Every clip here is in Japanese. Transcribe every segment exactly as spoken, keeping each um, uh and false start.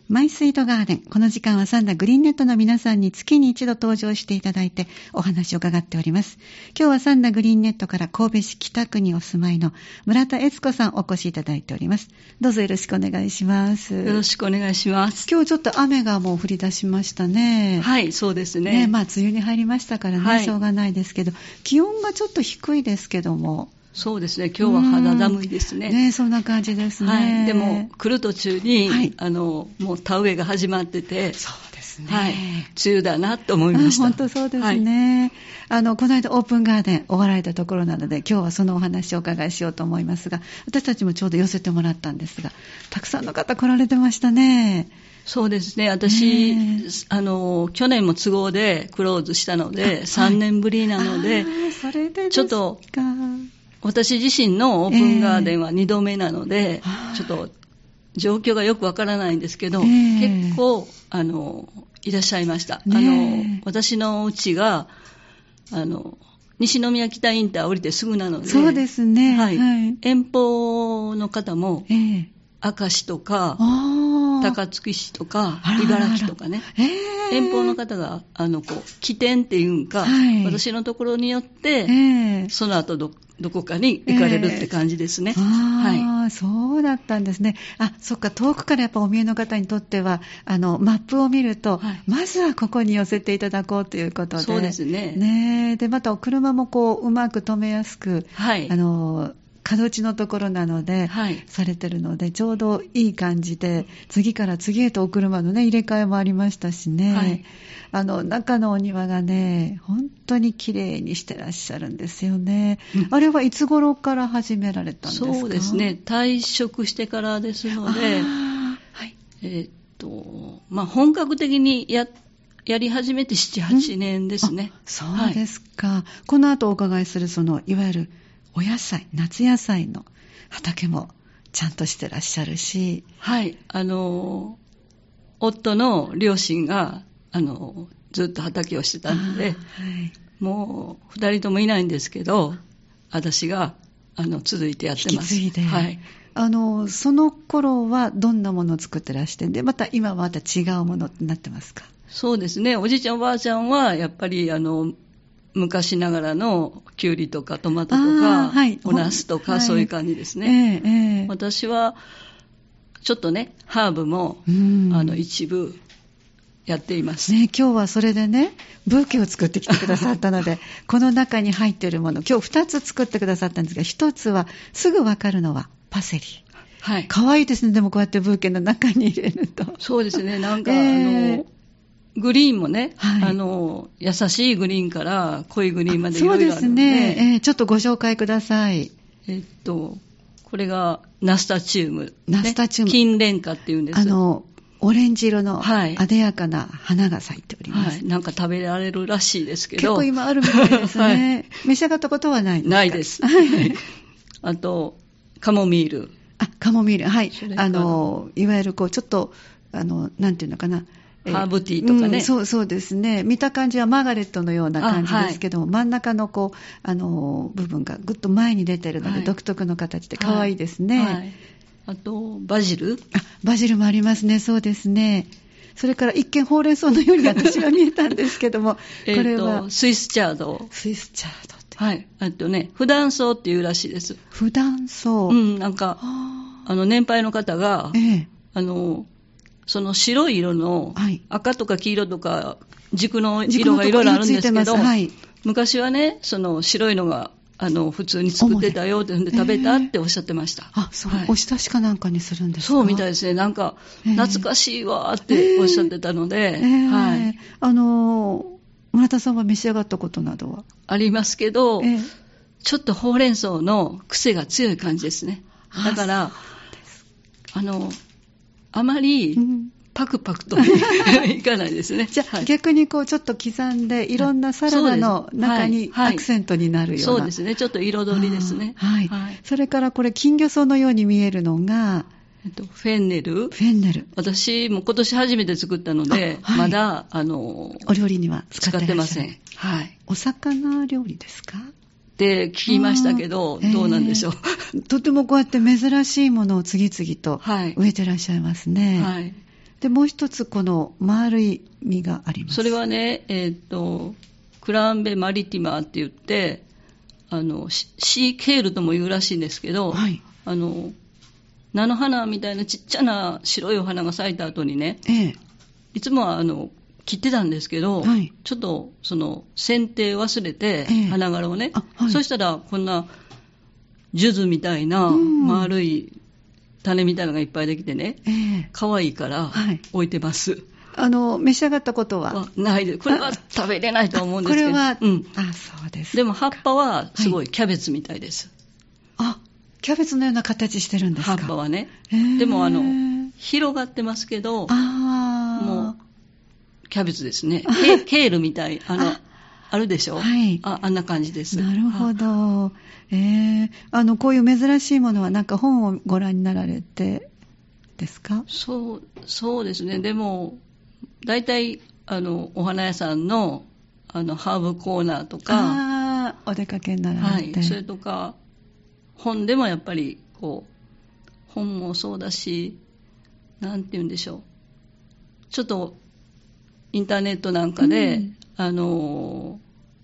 マイスイートガーデン。この時間はサンダグリーンネットの皆さんに月に一度登場していただいてお話を伺っております。今日はサンダグリーンネットから神戸市北区にお住まいの村田悦子さんお越しいただいております。どうぞよろしくお願いします。 よろしくお願いします。 今日ちょっと雨がもう降り出しましたね。 はい、そうですね。 ね、まあ梅雨に入りましたからね、はい、しょうがないですけど、気温がちょっと低いですけども。 そうですね、今日は肌寒いですね。 ね、そんな感じですね。 はい、でも来る途中に、はい、あのもう田植えが始まってて、 そうですね。はい、 梅雨だなと思いました。 本当そうですね。はい、あのこの間オープンガーデン終わられたところなので、今日はそのお話をお伺いしようと思いますが、私たちもちょうど寄せてもらったんですが、たくさんの方来られてましたね。 そうですね。私、ね、あの去年も都合でクローズしたので、さんねんぶりなので、 それでですか。 ちょっと私自身のオープンガーデンはにどめなので、えー、ちょっと状況がよくわからないんですけど、えー、結構あのいらっしゃいました。ね、あの私のうちがあの西宮北インター降りてすぐなので、 そうですね。 はいはい、遠方の方も、えー、明石とか高槻市とか茨城とかね、えー、遠方の方があのこう起点っていうんか、はい、私のところによって、えー、その後どどこかに行かれるって感じですね。 えー、ああ、はい、そうだったんですね。あ、そっか、遠くからやっぱお見えの方にとってはあのマップを見ると、はい、まずはここに寄せていただこうということで、 そうですね。 ね、でまたお車もこううまく止めやすく、はい、あの角地のところなので、はい、されてるのでちょうどいい感じで、次から次へとお車のね入れ替えもありましたしね、はい、あの中のお庭がね本当に綺麗にしてらっしゃるんですよね、うん、あれはいつ頃から始められたんですか？ そうですね、退職してからですので、はい、えー、っとまあ本格的にややり始めてななはちねんですね。 そうですか、はい、この後お伺いするそのいわゆるお野菜、夏野菜の畑もちゃんとしてらっしゃるし、 はい、あの夫の両親があのずっと畑をしてたので、はい、もう二人ともいないんですけど、私があの続いてやってます。 引き継いで、はい、あのその頃はどんなものを作ってらしてんで、また今はまた違うものになってますか？ そうですね、おじいちゃんおばあちゃんはやっぱりあの昔ながらのキュウリとかトマトとか、はい、おナスとか、はい、そういう感じですね、えーえー、私はちょっとねハーブもあの一部やっています、 ね、今日はそれでねブーケを作ってきてくださったのでこの中に入っているもの今日ふたつ作ってくださったんですが、ひとつはすぐわかるのはパセリ、はい、かわいいですね。でもこうやってブーケの中に入れると、 そうですね、なんか、えー、あのグリーンもね、はい、あの優しいグリーンから濃いグリーンまでいろいろあるので、そうですね、 えー、ちょっとご紹介ください。 えっとこれがナスタチウム、ね、 ナスタチウム、 金蓮花っていうんです。 あのオレンジ色のあでやかな花が咲いております、 はい、なんか食べられるらしいですけど、 結構今あるみたいですね、はい、召し上がったことはないですか？ ないです、はい、あとカモミール、 あ、カモミール、はい、あのいわゆるこうちょっとあのなんていうのかな、 ハーブティーとかね、 うん、そうそうですね、見た感じはマーガレットのような感じですけども、はい、真ん中のこうあの部分がぐっと前に出てるので、はい、独特の形で可愛いですね、はいはい、 あとバジル、 あ、バジルもありますね、そうですね。それから一見ほうれん草のように私は見えたんですけどもこれはスイスチャード、 スイスチャードって、 はい、あとね普段草っていうらしいです。 普段草、 うん、なんかあの年配の方が、ええ、あのその白い色の赤とか黄色とか軸の色がいろいろあるんですけど、はい、昔はねその白いのがあの普通に作ってたよってんで食べたっておっしゃってました。 あ、そう、はい、おひたしかなんかにするんですか？ そうみたいですね。なんか懐かしいわっておっしゃってたので、えーえー、はい、 あの村田さんは召し上がったことなどはありますけど、えー、ちょっとほうれん草の癖が強い感じですね。だからあ, あのあまり、うんパクパクといかないですね。 じゃあ、はい、逆にこうちょっと刻んでいろんなサラダの中にアクセントになるような、 そうですね、ちょっと彩りですね、 はいはい、それからこれ金魚草のように見えるのが、 えっと、フェンネルフェンネル、 私も今年初めて作ったので、はい、まだあのお料理には使ってらっしゃる、 使ってません、はい、 お魚料理ですかって聞きましたけど、どうなんでしょう、 えー、とてもこうやって珍しいものを次々と植えてらっしゃいますね、 はいはい、 でもう一つこの丸い実があります。 それはね、えー、っとクランベマリティマーって言って、あのシーケールとも言うらしいんですけど、はい、あの菜の花みたいなちっちゃな白いお花が咲いた後にね、ええ、いつもはあの切ってたんですけど、はい、ちょっとその剪定忘れて、ええ、花柄をね、はい、そしたらこんな数珠みたいな丸い種みたいなのがいっぱいできてね、ええ、可愛いから置いてます。はい、 あの召し上がったことはないです。これは食べれないと思うんですけど。 これは、うん、あ、そうです。 でも葉っぱはすごいキャベツみたいです。 はい、あ、キャベツのような形してるんですか。 葉っぱはね。でもあの広がってますけど、あ、もうキャベツですね。ケ, ケールみたい、あの あ, あるでしょ、はい、あ, あんな感じです。 なるほど。えー、あのこういう珍しいものはなんか本をご覧になられてですか。 そうそうですね。でも大体あのお花屋さんのあのハーブコーナーとか、 あ、お出かけになられて、 はい、それとか本でもやっぱりこう本もそうだし、なんて言うんでしょう、ちょっとインターネットなんかで、うん、あの、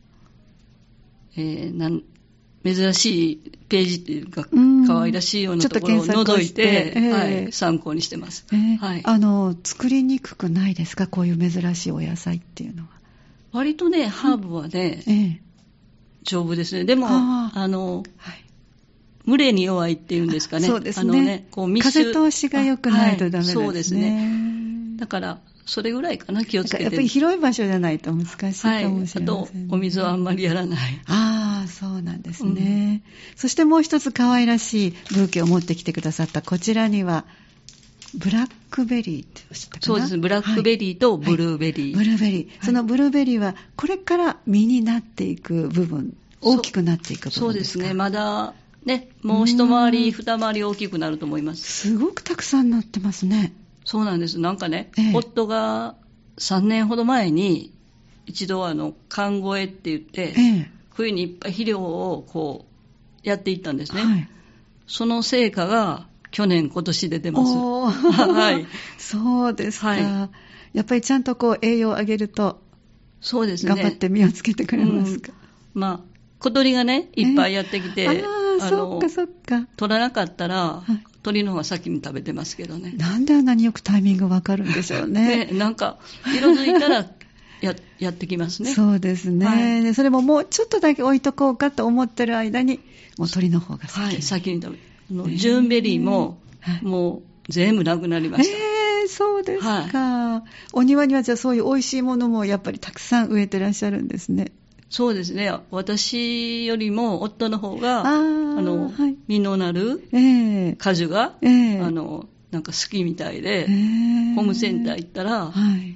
えー、なん珍しいページっていうか、うん、可愛らしいようなところを覗いて、えーはい、参考にしてます、えーはい、 あの作りにくくないですか、こういう珍しいお野菜っていうのは。 割とね、ハーブはね、うん、えー、丈夫ですね。でもああの、はい、蒸れに弱いっていうんですかね。 そうですね。あのね、こう密集、風通しが良くないとダメですね。はい、そうですね。 だからそれぐらいかな、気をつけて。 やっぱり広い場所じゃないと難しいかもしれませんね。はい、 あとお水はあんまりやらない。 ああ、そうなんですね、うん。そしてもう一つ可愛らしいブーケを持ってきてくださったこちらにはブラックベリーっておっしゃったかな。 そうですね。ブラックベリーとブルーベリー。 はいはい、ブルーベリー、はい。そのブルーベリーはこれから実になっていく部分、大きくなっていく部分ですか。 そうですね。まだね、もう一回り二回り大きくなると思います。 すごくたくさんなってますね。 そうなんです。なんかね、ええ、夫がさんねんほど前に一度あの寒越えって言って、ええ、冬にいっぱい肥料をこうやっていったんですね、はい、その成果が去年今年出てます。はい、 そうですか、はい、やっぱりちゃんとこう栄養を上げると、そうですね、頑張って実をつけてくれますか。 うん、まあ小鳥がねいっぱいやってきて、えー、 ああそっかそっか、 取らなかったら、はい、鳥の方が先に食べてますけどね。 なんであんなによくタイミングわかるんでしょうね。 ね、なんか色づいたらや, やってきますね。 そうですね、はい、でそれももうちょっとだけ置いとこうかと思ってる間にもう鳥の方が先に、はい、 先に食べあの、えー、ジューンベリーも、はい、もう全部なくなりました。 えー、そうですか、はい、お庭にはじゃあそういう美味しいものもやっぱりたくさん植えてらっしゃるんですね。 そうですね。私よりも夫の方がああの、はい、実のなる果樹が、えー、あのなんか好きみたいで、えー、ホームセンター行ったら、はい、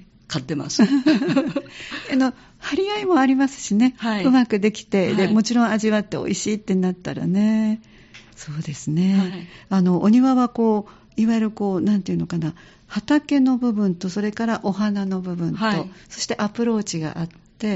買ってます。あの張り合いもありますしね、はい、うまくできて、でもちろん味わって美味しいってなったらね。そうですね、はい、あのお庭はこういわゆるこうなんていうのかな、畑の部分とそれからお花の部分と、はい、そしてアプローチがあって、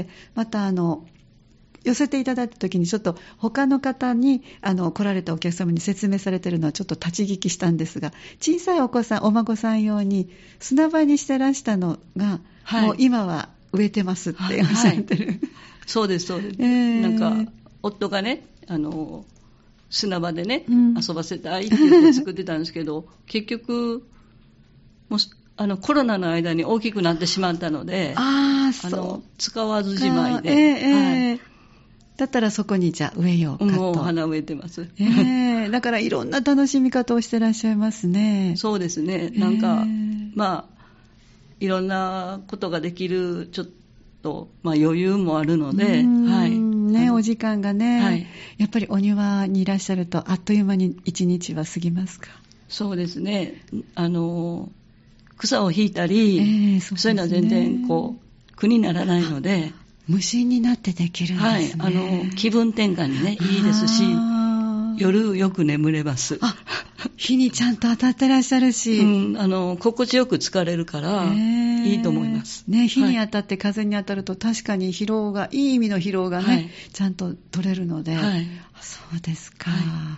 またあの寄せていただいた時にちょっと他の方にあの来られたお客様に説明されているのはちょっと立ち聞きしたんですが、小さいお子さんお孫さん用に砂場にしてらしたのが、はい、もう今は植えてますっておっしゃってる、はい、 そうですそうです、えー、なんか夫がねあの砂場でね、うん、遊ばせたいって言って作ってたんですけど結局もうあのコロナの間に大きくなってしまったので、ああの使わずじまいで、えーはい、 だったらそこにじゃあ植えようかと。 もう花植えてます、 えー、だからいろんな楽しみ方をしてらっしゃいますね。 そうですね、なんか、えー、まあいろんなことができるちょっと、まあ、余裕もあるので、はいね、お時間がね、はい、やっぱりお庭にいらっしゃるとあっという間に一日は過ぎますか。 そうですね、あの草を引いたり、えー そうですね、そういうのは全然こう苦にならないので無心になってできるんですね、 はい、あの気分転換にねいいですし夜よく眠れます。 あ、日にちゃんと当たってらっしゃるし、 うん、あの心地よく疲れるからいいと思います、 ね、日に当たって風に当たると確かに疲労がいい意味の疲労がね、はい、ちゃんと取れるので、はい、そうですか、はい、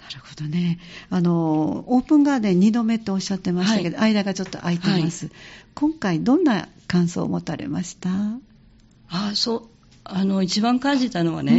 なるほどね。あのオープンガーデンにどめっておっしゃってましたけど、はい、間がちょっと空いてます、はい、今回どんな感想を持たれました？ あそうあの一番感じたのはね、うん、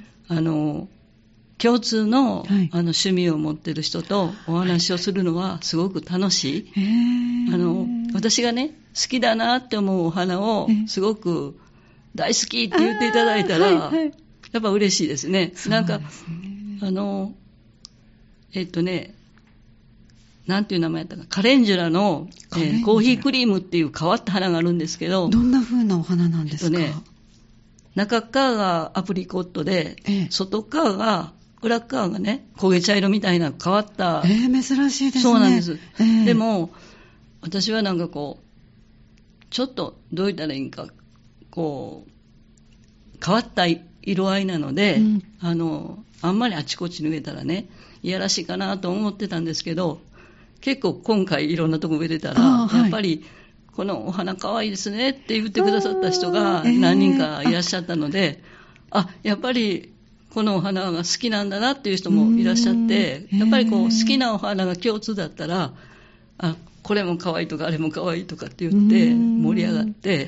あの共通 の,、はい、あの趣味を持っている人とお話をするのはすごく楽しい、はい、あの私がね好きだなって思うお花をすごく大好きって言っていただいたら、はいはい、やっぱ嬉しいですね。なんかあのえっとねなんていう名前やったかカレンジュラの、えー、コーヒークリームっていう変わった花があるんですけど、 どんな風なお花なんですか？えっとね、 中側がアプリコットで、ええ、外側が裏側がね焦げ茶色みたいな変わった、 えー、珍しいですね。 そうなんです、えー、でも私はなんかこうちょっとどう言ったらいいんかこう変わった色合いなので、うん、あのあんまりあちこち脱げたらねいやらしいかなと思ってたんですけど、結構今回いろんなとこ植えてたら、はい、やっぱりこのお花可愛いですねって言ってくださった人が何人かいらっしゃったので、あ、あやっぱりこのお花が好きなんだなっていう人もいらっしゃって、やっぱりこう好きなお花が共通だったら、あこれも可愛いとかあれも可愛いとかって言って盛り上がって、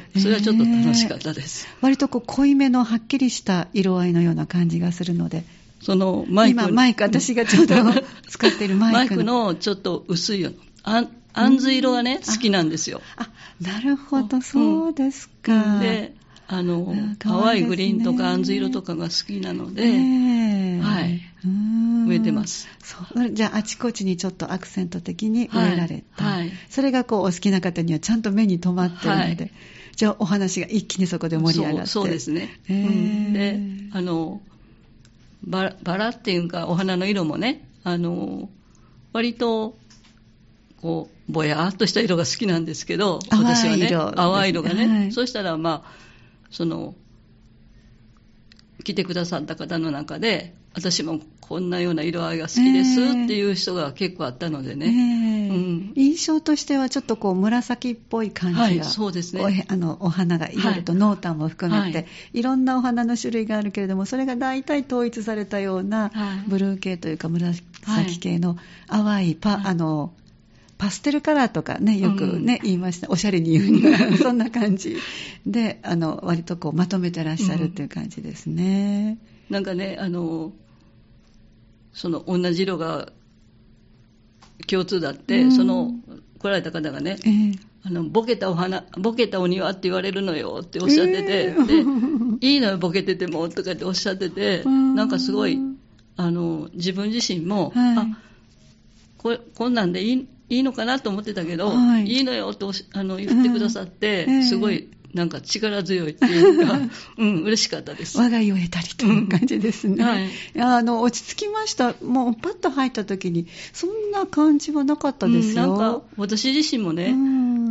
それはちょっと楽しかったです。 割とこう濃いめのはっきりした色合いのような感じがするので、 そのマイク今マイク私がちょうど使っているマイク の, マイクのちょっと薄いよあんず色がね好きなんですよ。 あなるほどそうですか、 うん、であの淡いグリーンとかあんず色とかが好きなので、えー、はい植えてます。 そうじゃああちこちにちょっとアクセント的に植えられた、はいはい、それがこうお好きな方にはちゃんと目に留まっているので、はい、じゃあお話が一気にそこで盛り上がって、 そう、そうですね、えーうん、であのバラ、バラっていうかお花の色もねあの割とこうぼやっとした色が好きなんですけど、私はね淡い色がね、はい、そうしたらまあその来てくださった方の中で私もこんなような色合いが好きですっていう人が結構あったのでね、えーうん、 印象としてはちょっとこう紫っぽい感じが、はい、 そうですね、 あのお花がいろいろと濃淡も含めて、はい、いろんなお花の種類があるけれども、それが大体統一されたようなブルー系というか紫系の淡いパ、はい、あのパステルカラーとかねよくね、うん、言いました。おしゃれに言うにはそんな感じであの割とこうまとめてらっしゃるっていう感じですね、 うん、なんかねあのその同じ色が共通だって、うん、その来られた方がね、えー、あのボケたお花ボケたお庭って言われるのよっておっしゃってて、えー、でいいのよボケててもとかっておっしゃってて、なんかすごいあの自分自身も、はい、あこ, こんなんでいいいいのかなと思ってたけど、はい、いいのよってあの言ってくださって、うんえー、すごいなんか力強いっていうか、うん、嬉しかったです。 我が家を得たりという感じですね、うんはい、いやあの落ち着きました。もうパッと入った時にそんな感じはなかったですよ、 うん、なんか私自身もね、うん、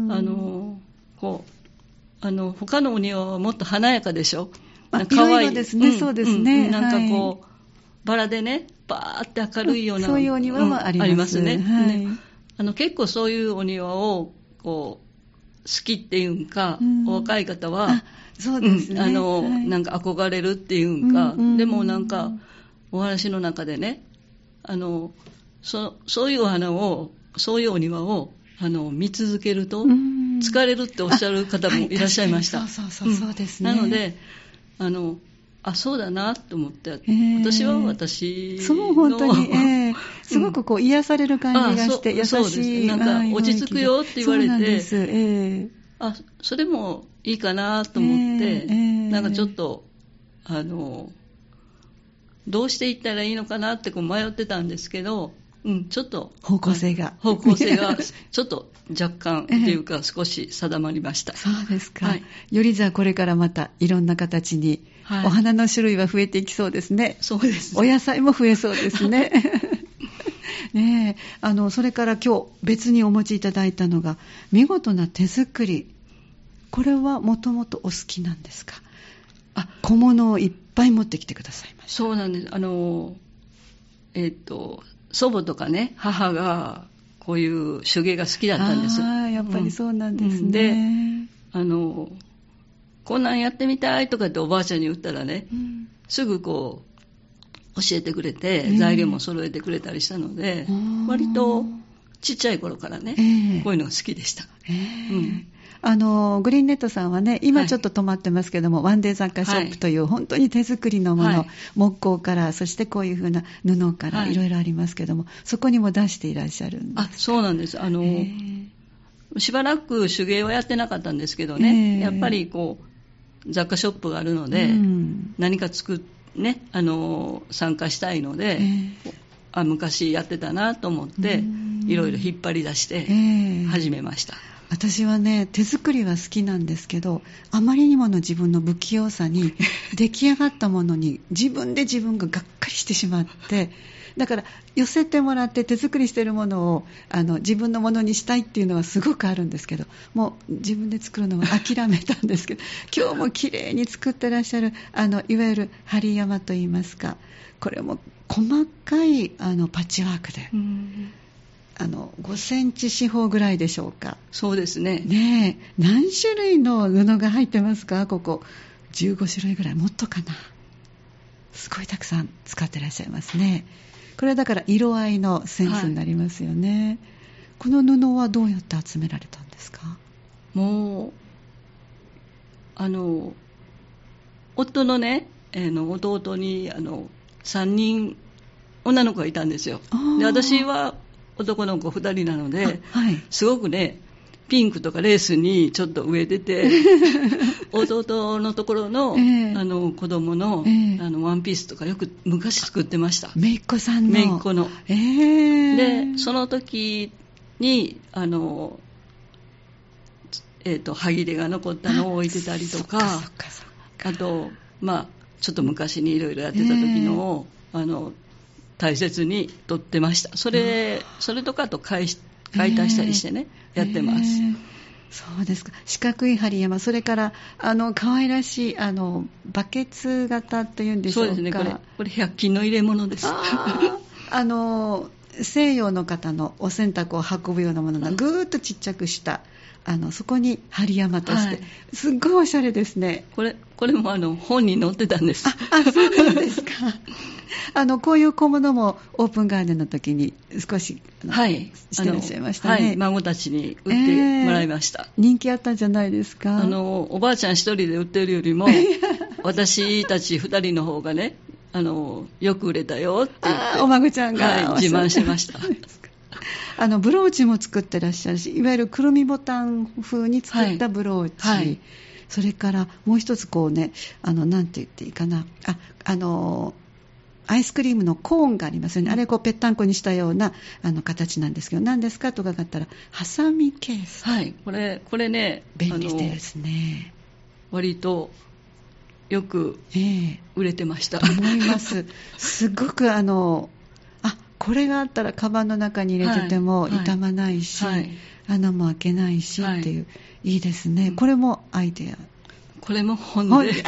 あのこうあの他のお庭はもっと華やかでしょ、 あかわいい色ですね、うん、そうですね、 うん、なんかこう、はい、バラでねバーって明るいような、 そういうお庭もあります、うん、ありますね、はい、 ねあの結構そういうお庭をこう好きっていうんか、うん、お若い方はそうですね、 うん、あの、はい、なんか憧れるっていうんか、うんうん、でもなんかお話の中でねあの そ, そういうお花をそういうお庭をあの見続けると疲れるっておっしゃる方もいらっしゃいました、 はい、そうそうそうそうですね、 うん、なのであのあそうだなと思って、えー、私は私のそう本当に、えー、すごくこう癒される感じがして、うん、優しいなんか落ち着くよって言われて、そうなんです、えー、 あそれもいいかなと思って、えー、なんかちょっとあのどうしていったらいいのかなってこう迷ってたんですけど、うん、ちょっと方向性が方向性がちょっと若干っていうか少し定まりました、 えー、そうですか、はい、よりじゃあこれからまたいろんな形に、はい、お花の種類は増えていきそうですね。 そうです、 お野菜も増えそうですねねえあのそれから今日別にお持ちいただいたのが見事な手作り、これはもともとお好きなんですか？あ小物をいっぱい持ってきてくださいました。 そうなんです。あのえっと祖母とかね母がこういう手芸が好きだったんです。 ああやっぱりそうなんですね、うん、 であのこんなんやってみたいとかっておばあちゃんに言ったらね、うん、すぐこう教えてくれて、えー、材料も揃えてくれたりしたので、割とちっちゃい頃からね、えー、こういうのが好きでした。えーうんあのグリーンネットさんはね、今ちょっと止まってますけども、はい、ワンデー雑貨ショップという本当に手作りのもの、はい、木工から、そしてこういう風な布から、はい、いろいろありますけども、そこにも出していらっしゃるんですか？ あ、そうなんです。あの、えー、しばらく手芸はやってなかったんですけどね、えー、やっぱりこう雑貨ショップがあるので、うん、何か作ってね、あの参加したいので、えー、あ昔やってたなと思って、いろいろ引っ張り出して始めました。えー私はね、手作りは好きなんですけど、あまりにもの自分の不器用さに出来上がったものに自分で自分ががっかりしてしまって、だから寄せてもらって手作りしているものをあの自分のものにしたいっていうのはすごくあるんですけど、もう自分で作るのは諦めたんですけど今日も綺麗に作ってらっしゃるあのいわゆる針山といいますか、これも細かいあのパッチワークで、うんあのごセンチ四方ぐらいでしょうか。 そうですね。 ねえ、何種類の布が入ってますか？ここじゅうごしゅるいぐらい、もっとかな。すごいたくさん使ってらっしゃいますね。これはだから色合いのセンスになりますよね、はい、この布はどうやって集められたんですか？ もうあの夫のね、えー、の弟にあのさんにん女の子がいたんですよ。で私は男の子ふたりなので、はい、すごくねピンクとかレースにちょっと植えてて弟のところ の,、えー、あの子供 の,、えー、あのワンピースとかよく昔作ってました。 姪っ子さんの姪っ子の、 えー、 でその時にあの、えー、と歯切れが残ったのを置いてたりとか、 あ, そっかそっかあとまあちょっと昔にいろいろやってた時のを、えー、あの大切に取ってました。それそれとかと買い買い足したりしてね、えー、やってます、えー、 そうですか。四角い針山、それからあの可愛らしいあのバケツ型というんでしょうか。 そうですね、これこれひゃく均の入れ物です。 ああの西洋の方のお洗濯を運ぶようなものがぐーっとちっちゃくしたあのそこに針山として、はい、すっごいおしゃれですね。 これこれもあの本に載ってたんです。 ああ、そうなんですか。あのこういう小物もオープンガーデンの時に少し、はい、してらっしゃいましたね。 はい、孫たちに売ってもらいました、 えー、人気あったんじゃないですか。 あのおばあちゃん一人で売ってるよりも私たち二人の方がねあのよく売れたよって言って、 あお孫ちゃんが、 はい、自慢してました。 あのブローチも作ってらっしゃるし、いわゆるくるみボタン風に作ったブローチ、はいはい、それからもう一つこうね、あのなんて言っていいかな、ああのアイスクリームのコーンがありますよね。あれこうぺったんこにしたようなあの形なんですけど、何ですかと伺ったらハサミケース。 はい、これこれね便利ですね。 割とよく売れてました、 えー、思います。すごくあのあこれがあったらカバンの中に入れてても傷まないし、はいはい、穴も開けないしっていう、はい、いいですね。これもアイデア。 これも本で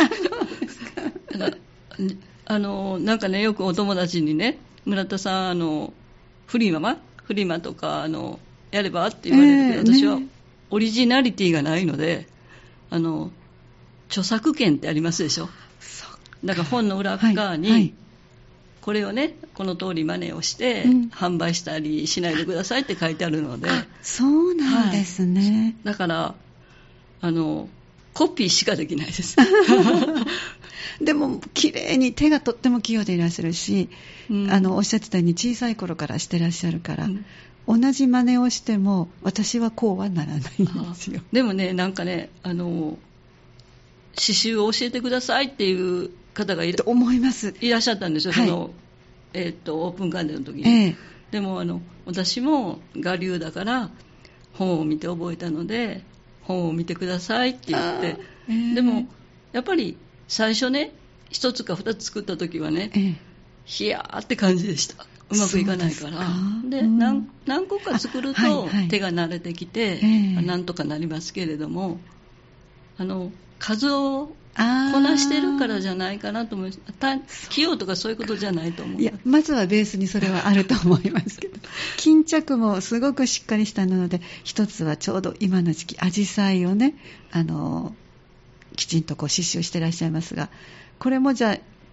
あのなんかね、よくお友達にね、村田さんあのフリマフリマとかあのやればって言われるけど、えー、私はオリジナリティがないので、あの著作権ってありますでしょ。だから本の裏側に、はいはい、これをねこの通り真似をして、うん、販売したりしないでくださいって書いてあるので。あ、 そうなんですね、 はい、だからあのコピーしかできないですでも綺麗に手がとっても器用でいらっしゃるし、うん、あのおっしゃってたように小さい頃からしてらっしゃるから、うん、同じ真似をしても私はこうはならないんですよ。 でもね、なんかね、あの刺繍を教えてくださいっていう方がいら、 思いますいらっしゃったんですよ、はい、そのえー、とオープンガーデンの時に、えー、でもあの私も我流だから本を見て覚えたので本を見てくださいって言って、えー、でもやっぱり最初ね一つか二つ作った時はね、えー、ひやーって感じでした。うまくいかないから。で、うん、何, 何個か作ると手が慣れてきて、はいはい、なんとかなりますけれども、あの数をこなしてるからじゃないかなと思います。器用とかそういうことじゃないと思う。 いや、まずはベースにそれはあると思いますけど巾着もすごくしっかりしたので、一つはちょうど今の時期アジサイをね、あのきちんとこう刺繍してらっしゃいますが、これもじゃあ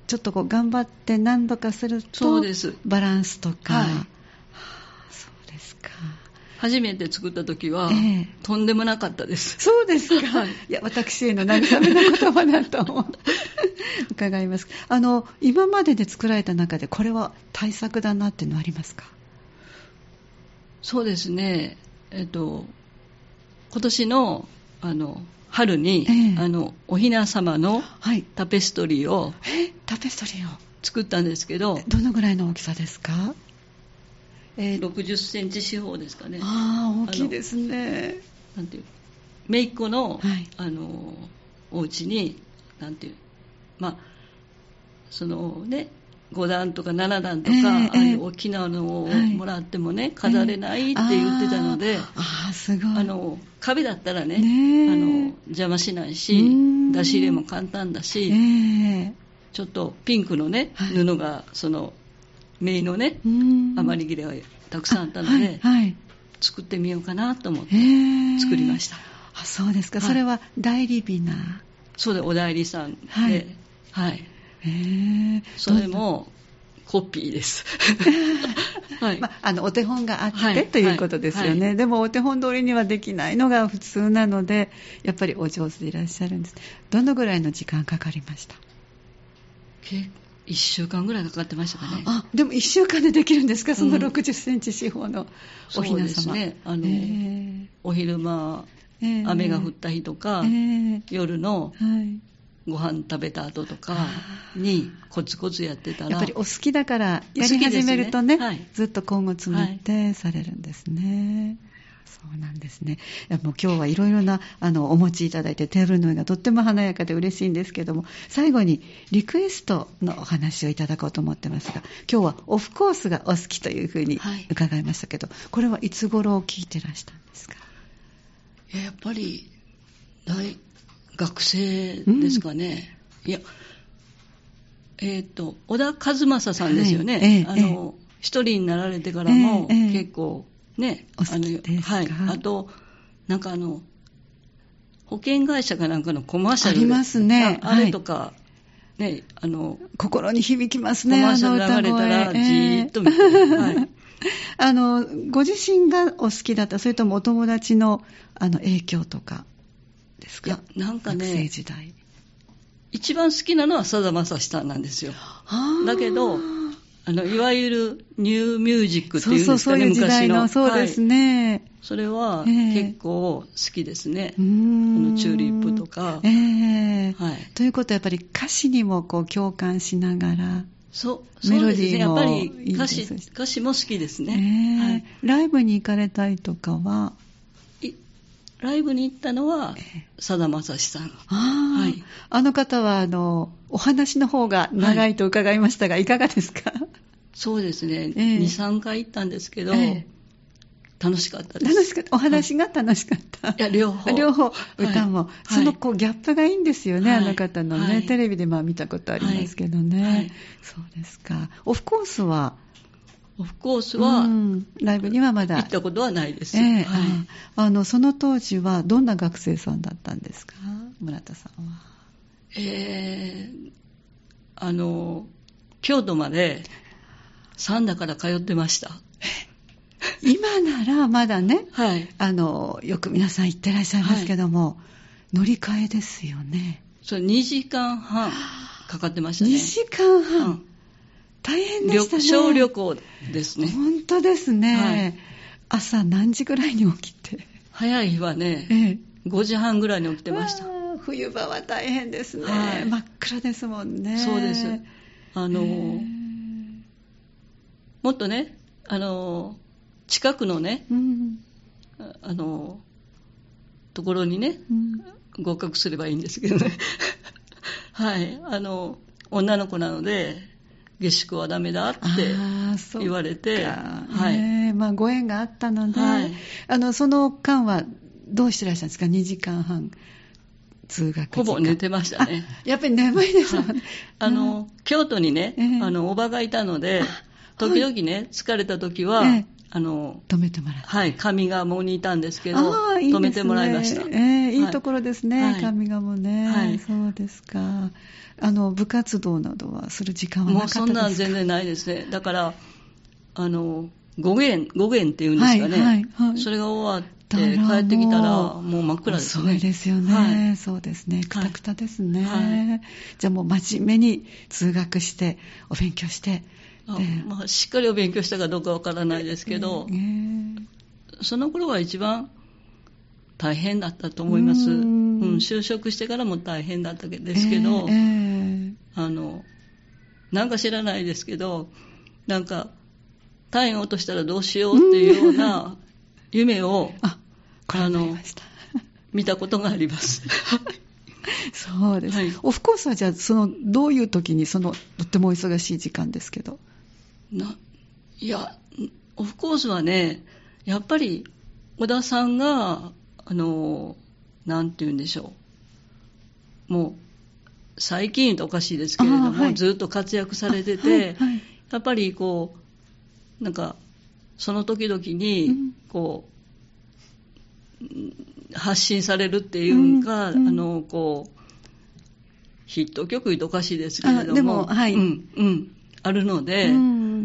ちょっとこう頑張って何度かするとそうです。 バランスとか、はい、はあ、そうですか。 初めて作った時は、えー、とんでもなかったです。 そうですか。いや、私への慰めの言葉だと思う伺います。あの今までで作られた中でこれは大作だなっていうのはありますか？ そうですね、えっと今年のあの春に、えー、あのお雛様のタペストリーを、 はい、えタペストリーを作ったんですけど、 どのぐらいの大きさですか？ えー、ろくじゅっセンチ四方ですかね。 ああ、大きいですね。 なんていう、姪っ子の、はい、あのお家になんていう、まあそのね、ご段とかなな段とか、えー、ああいう大きなのをもらってもね、はい、飾れないって言ってたので、えー、 ああ、すごい。 あの壁だったら ね, ねあの邪魔しないし、出し入れも簡単だし、えー、ちょっとピンクのね、はい、布がその姪のね、余り切れがたくさんあったので、はいはい、作ってみようかなと思って作りました。 あ、そうですか、はい、それは代理ビナー？ そうで、お代理さんで、はい、はい、 へー、 それもコピーです、 はい、まあ、あのお手本があって、はい、ということですよね、はい、でもお手本通りにはできないのが普通なので、やっぱりお上手でいらっしゃるんです。どのぐらいの時間かかりました？ 結構いっしゅうかんぐらいかかってましたかね。 あ、でもいっしゅうかんでできるんですか、そのろくじゅっセンチ四方のお雛様。そうですね、あの、えー、 お昼間、えー、雨が降った日とか、えー、夜のご飯食べた後とかにコツコツやってたら、 やっぱりお好きだからやり始めると ね, ね、はい、ずっと根を詰めてされるんですね、はい、そうなんですね。いや、もう今日はいろいろなあのお持ちいただいて、テーブルの上がとっても華やかで嬉しいんですけども、最後にリクエストのお話をいただこうと思ってますが、今日はオフコースがお好きというふうに伺いましたけど、はい、これはいつ頃聞いてらしたんですか？ いや、やっぱり大学生ですかね、うん、いや、えっ、ー、と小田和正さんですよね、はい、えー、あの、えー、一人になられてからも、えー、結構ね、 お好きですか？ あの、はい、あとなんかあの保険会社かなんかのコマーシャルありますね、 あ, あれとか、はい、ね、あの心に響きますね。 コマーシャル流れたらじーっと見て、えーはい、 あのご自身がお好きだった、それともお友達 の, あの影響とかですか？ いや、なんかね、 学生時代一番好きなのはさだまさしさんなんですよ。だけどあのいわゆるニューミュージックっていうんですかね、 そうそう、そういう時代の、そうですね、はい、 それは結構好きですね、えー、あのチューリップとか、 えーはい、ということはやっぱり歌詞にもこう共感しながら、 そうメロディーもいいですね、やっぱり歌詞、歌詞も好きですね、 えーはい、ライブに行かれたりとかは？ ライブに行ったのはさだまさしさん、 あ、はい、あの方はあのお話の方が長いと伺いましたが、はい、いかがですか？ そうですね、えー、にさんかい行ったんですけど、えー、楽しかったです。 楽しかった。お話が楽しかった、はい、 いや、両方両方、歌も、はい、そのこうギャップがいいんですよね、はい、あの方のね、はい、テレビでまあ見たことありますけどね、はいはい、そうですか。オフコースはオフコースは、うん、 ライブにはまだ行ったことはないです、 えーはい、 ああのその当時はどんな学生さんだったんですか、村田さんは？ えー、あの京都まで三田から通ってました。 今ならまだね、 はい、 あのよく皆さん行ってらっしゃいますけども、はい、乗り換えですよね。 それにじかんはんかかってましたね。 にじかんはん、うん、大変でしたね。 小旅行ですね。 本当ですね、はい、朝何時ぐらいに起きて？ 早い日はね、ええ、ごじはんぐらいに起きてました。 冬場は大変ですね、はい、真っ暗ですもんね。 そうです。あのもっとね、あの近くのね、うん、あのところにね、うん、合格すればいいんですけどねはい、あの女の子なので下宿はダメだって言われて、 はい、ね、まあ、ご縁があったので、はい、あのその間はどうしてらっしゃるんですか？にじかんはん通学時間。 ほぼ寝てましたね。 やっぱり眠いですもんね、はい、 あの京都にね、えー、あのおばがいたので、時々ね、疲れた時は、えー、 あの止めてもらった。 はい、上賀茂にいたんですけど、あいいですね、止めてもらいました。 えー、いいところですね、はい、上賀茂ね、はい。そうですか。あの部活動などはする時間はなかったですか？ もうそんなん全然ないですね。だからあの語源語源っていうんですかね、はいはいはい、それが終わって帰ってきたらもう真っ暗ですね。 遅いですよね、はい、そうですね、くたくたですね、はい、じゃあもう真面目に通学してお勉強して、 あ、まあ、しっかりお勉強したかどうかわからないですけど、えー、その頃は一番大変だったと思います。うん、うん、就職してからも大変だったですけど、えーえー、あのなんか知らないですけど、なんか単位を落としたらどうしようっていうような夢を、 あ、あの見たことがあります。 そうです、はい、オフコースはじゃあそのどういう時にそのとってもお忙しい時間ですけど、 ないやオフコースはね、やっぱり小田さんがあのなんて言うんでしょう、もう最近とおかしいですけれども、はい、ずっと活躍されてて、はいはい、やっぱりこうなんかその時々にこう、うん、発信されるっていうか、うんうん、あのこうヒット曲とおかしいですけれども、 でも、はい、 うんうん、あるので、うん、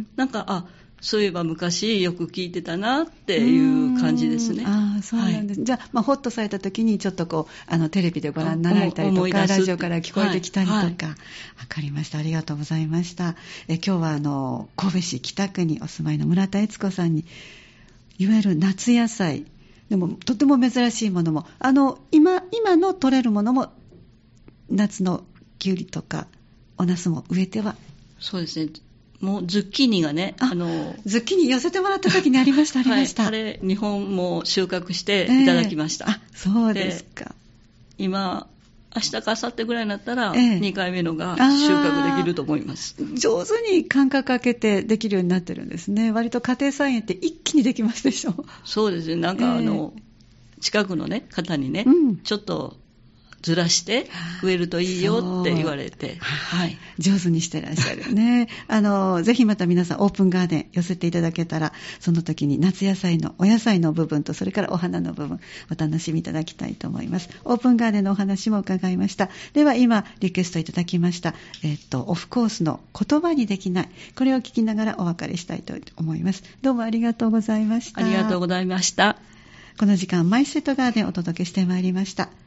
なんかあそういえば昔よく聞いてたなっていう感じですね。 ああ、そうなんです、はい、じゃあ、まあ、ホッとされた時にちょっとこうあのテレビでご覧になられたりとかラジオから聞こえてきたりとか、はいはい、分かりました。ありがとうございました。え今日はあの神戸市北区にお住まいの村田悦子さんにいわゆる夏野菜でもとても珍しいものもあの 今, 今の取れるものも夏のきゅうりとかお茄子も植えては、 そうですね、もうズッキーニがね、 ああのズッキーニ寄せてもらった時にありましたありました、 はい、あれにほんも収穫していただきました、 えー、あそうですか。 今明日か明後日ぐらいになったらにかいめのが収穫できると思います、 えー、上手に間隔空けてできるようになってるんですね。割と家庭菜園って一気にできますでしょ。 そうですね、なんかあの、えー、近くの、ね、方にね、うん、ちょっとずらして植えるといいよって言われて、 はい、上手にしてらっしゃるね。あのぜひまた皆さんオープンガーデン寄せていただけたら、その時に夏野菜のお野菜の部分とそれからお花の部分お楽しみいただきたいと思います。オープンガーデンのお話も伺いました。では今リクエストいただきました、えっと、オフコースの言葉にできない、これを聞きながらお別れしたいと思います。どうもありがとうございました。 ありがとうございました。 この時間マイステットガーデンをお届けしてまいりました。